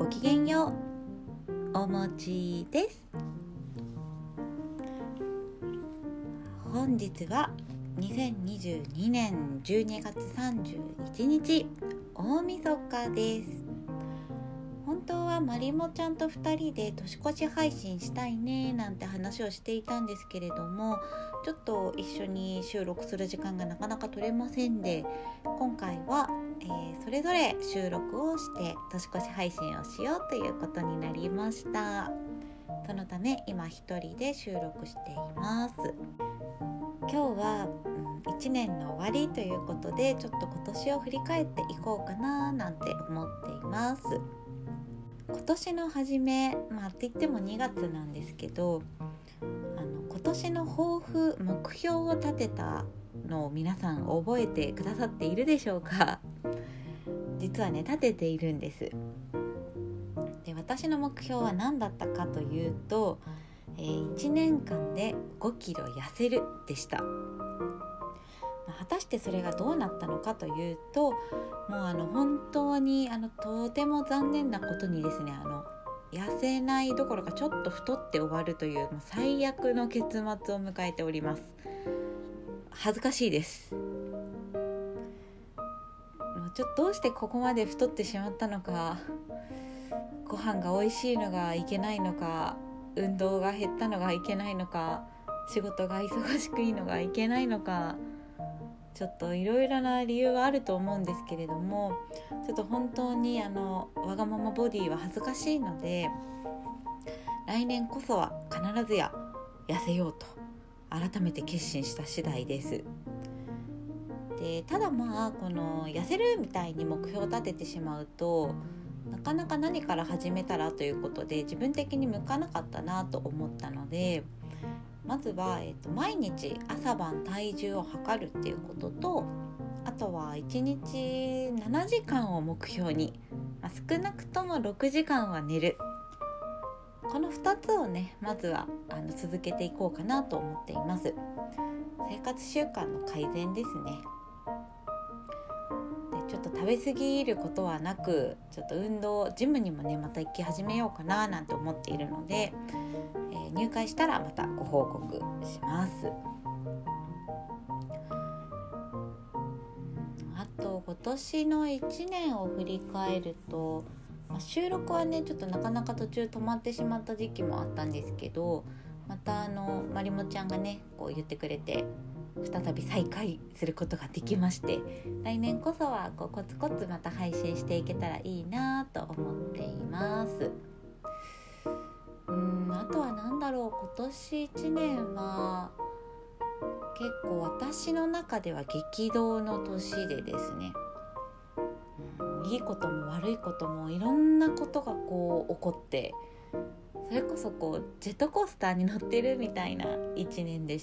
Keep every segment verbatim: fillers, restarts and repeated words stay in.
きげんよう、おもちです。本日はにせんにじゅうにねんじゅうにがつさんじゅういちにち、大晦日です。本当はまりもちゃんとふたりで年越し配信したいねなんて話をしていたんですけれども、ちょっと一緒に収録する時間がなかなか取れませんで、今回は、えー、それぞれ収録をして年越し配信をしようということになりました。そのため今一人で収録しています。今日は、うん、いちねんの終わりということで、ちょっと今年を振り返っていこうかななんて思っています。今年の初め、まあって言ってもにがつなんですけど、あの今年の抱負、目標を立てたのを皆さん覚えてくださっているでしょうか？実はね、立てているんです。で、私の目標は何だったかというと、えー、いちねんかんでごキロ痩せるでした。果たしてそれがどうなったのかというと、もうあの本当にあのとても残念なことにですね、あの痩せないどころかちょっと太って終わるという、もう最悪の結末を迎えております。恥ずかしいです。ちょっとどうしてここまで太ってしまったのか、ご飯が美味しいのがいけないのか、運動が減ったのがいけないのか、仕事が忙しくいいのがいけないのか、ちょっといろいろな理由はあると思うんですけれども、ちょっと本当にあのわがままボディは恥ずかしいので、来年こそは必ずや痩せようと改めて決心した次第です。で、ただまあこの痩せるみたいに目標を立ててしまうと、なかなか何から始めたらということで自分的に向かなかったなと思ったので、まずは、えーと、毎日朝晩体重を測るっていうことと、あとはいちにちななじかんを目標に、まあ、少なくともろくじかんは寝る、このふたつをね、まずはあの続けていこうかなと思っています。生活習慣の改善ですね。で、ちょっと食べ過ぎることはなく、ちょっと運動、ジムにもねまた行き始めようかななんて思っているので、えー、入会したらまたご報告します。あと今年のいちねんを振り返ると、まあ、収録はねちょっとなかなか途中止まってしまった時期もあったんですけど、またあのまりもちゃんがねこう言ってくれて再び再開することができまして、来年こそはこうコツコツまた配信していけたらいいなと思っています。うーんあとはなんだろう、今年いちねんは結構私の中では激動の年でですね、うん、いいことも悪いこともいろんなことがこう起こって、それこそこうジェットコースターに乗ってるみたいないちねんでした。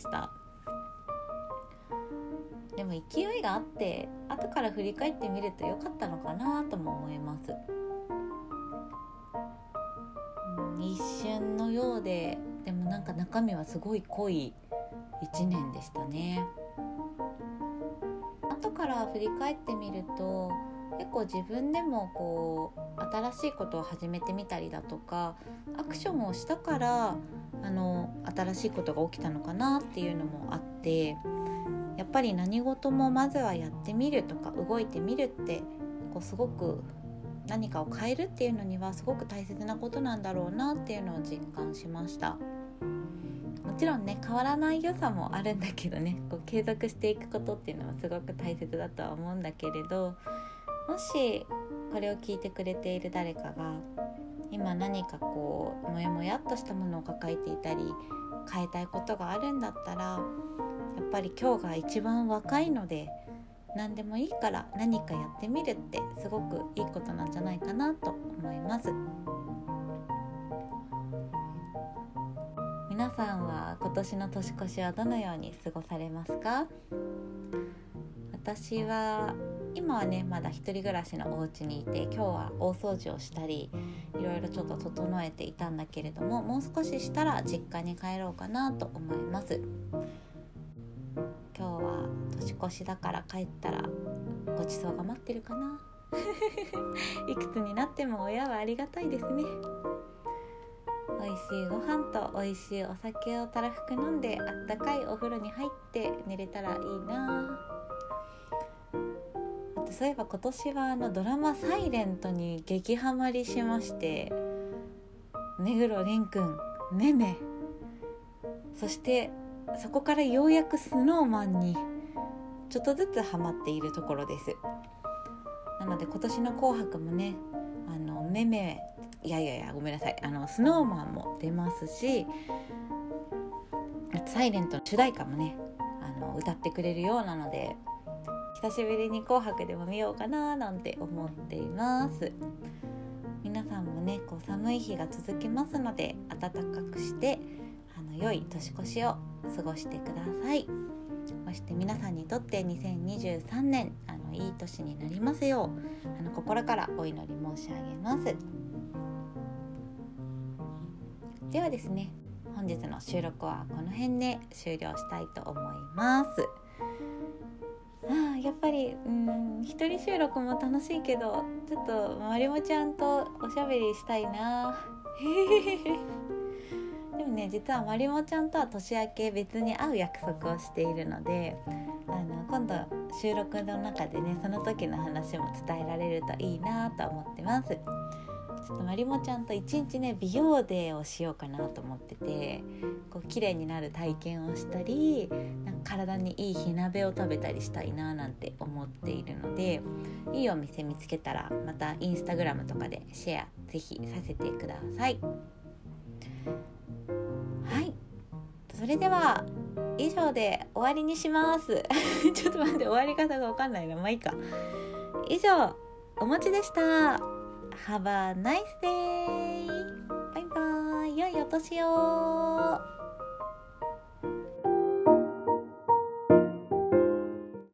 でも勢いがあって後から振り返ってみると良かったのかなとも思います。うん、一瞬のようで、でもなんか中身はすごい濃いいちねんでしたね。後から振り返ってみると、結構自分でもこう新しいことを始めてみたりだとか、アクションをしたからあの新しいことが起きたのかなっていうのもあって、やっぱり何事もまずはやってみるとか動いてみるって、こうすごく何かを変えるっていうのにはすごく大切なことなんだろうなっていうのを実感しました。もちろんね、変わらない良さもあるんだけどね、こう継続していくことっていうのはすごく大切だとは思うんだけれど、もしこれを聞いてくれている誰かが今何かこうもやもやっとしたものを抱えていたり、変えたいことがあるんだったら、やっぱり今日が一番若いので、何でもいいから何かやってみるってすごくいいことなんじゃないかなと思います。皆さんは今年の年越しはどのように過ごされますか？私は今はねまだ一人暮らしのお家にいて、今日は大掃除をしたりいろいろちょっと整えていたんだけれども、もう少ししたら実家に帰ろうかなと思います。今日は年越しだから帰ったらごちそうが待ってるかな。 いくつになっても親はありがたいですね。美味しいご飯と美味しいお酒をたらふく飲んで、あったかいお風呂に入って寝れたらいいな。あとそういえば今年はあのドラマサイレントに激ハマりしまして、目黒蓮くん、めめ、そしてそこからようやくスノーマンにちょっとずつハマっているところです。なので今年の紅白もね、あのめめいやいやいやごめんなさいあのスノーマンも出ますし、サイレントの主題歌もねあの歌ってくれるようなので、久しぶりに紅白でも見ようかななんて思っています。皆さんもねこう寒い日が続きますので、暖かくしてあの良い年越しを過ごしてください。そして皆さんにとってにせんにじゅうさんねんあのいい年になりますよう、あの心からお祈り申し上げます。ではですね、本日の収録はこの辺で終了したいと思います。ああやっぱりうーん一人収録も楽しいけど、ちょっとまりもちゃんとおしゃべりしたいな。でもね、実はまりもちゃんとは年明け別に会う約束をしているので、あの今度収録の中でねその時の話も伝えられるといいなと思ってます。ちょっとまりもちゃんと一日ね美容デーをしようかなと思ってて、こう綺麗になる体験をしたり、なんか体にいい火鍋を食べたりしたいななんて思っているので、いいお店見つけたらまたインスタグラムとかでシェアぜひさせてください。はい、それでは以上で終わりにしますちょっと待って、終わり方が分かんないな、まあいいか。以上、おもちでした。Have a nice day! バイバイ、良いお年を。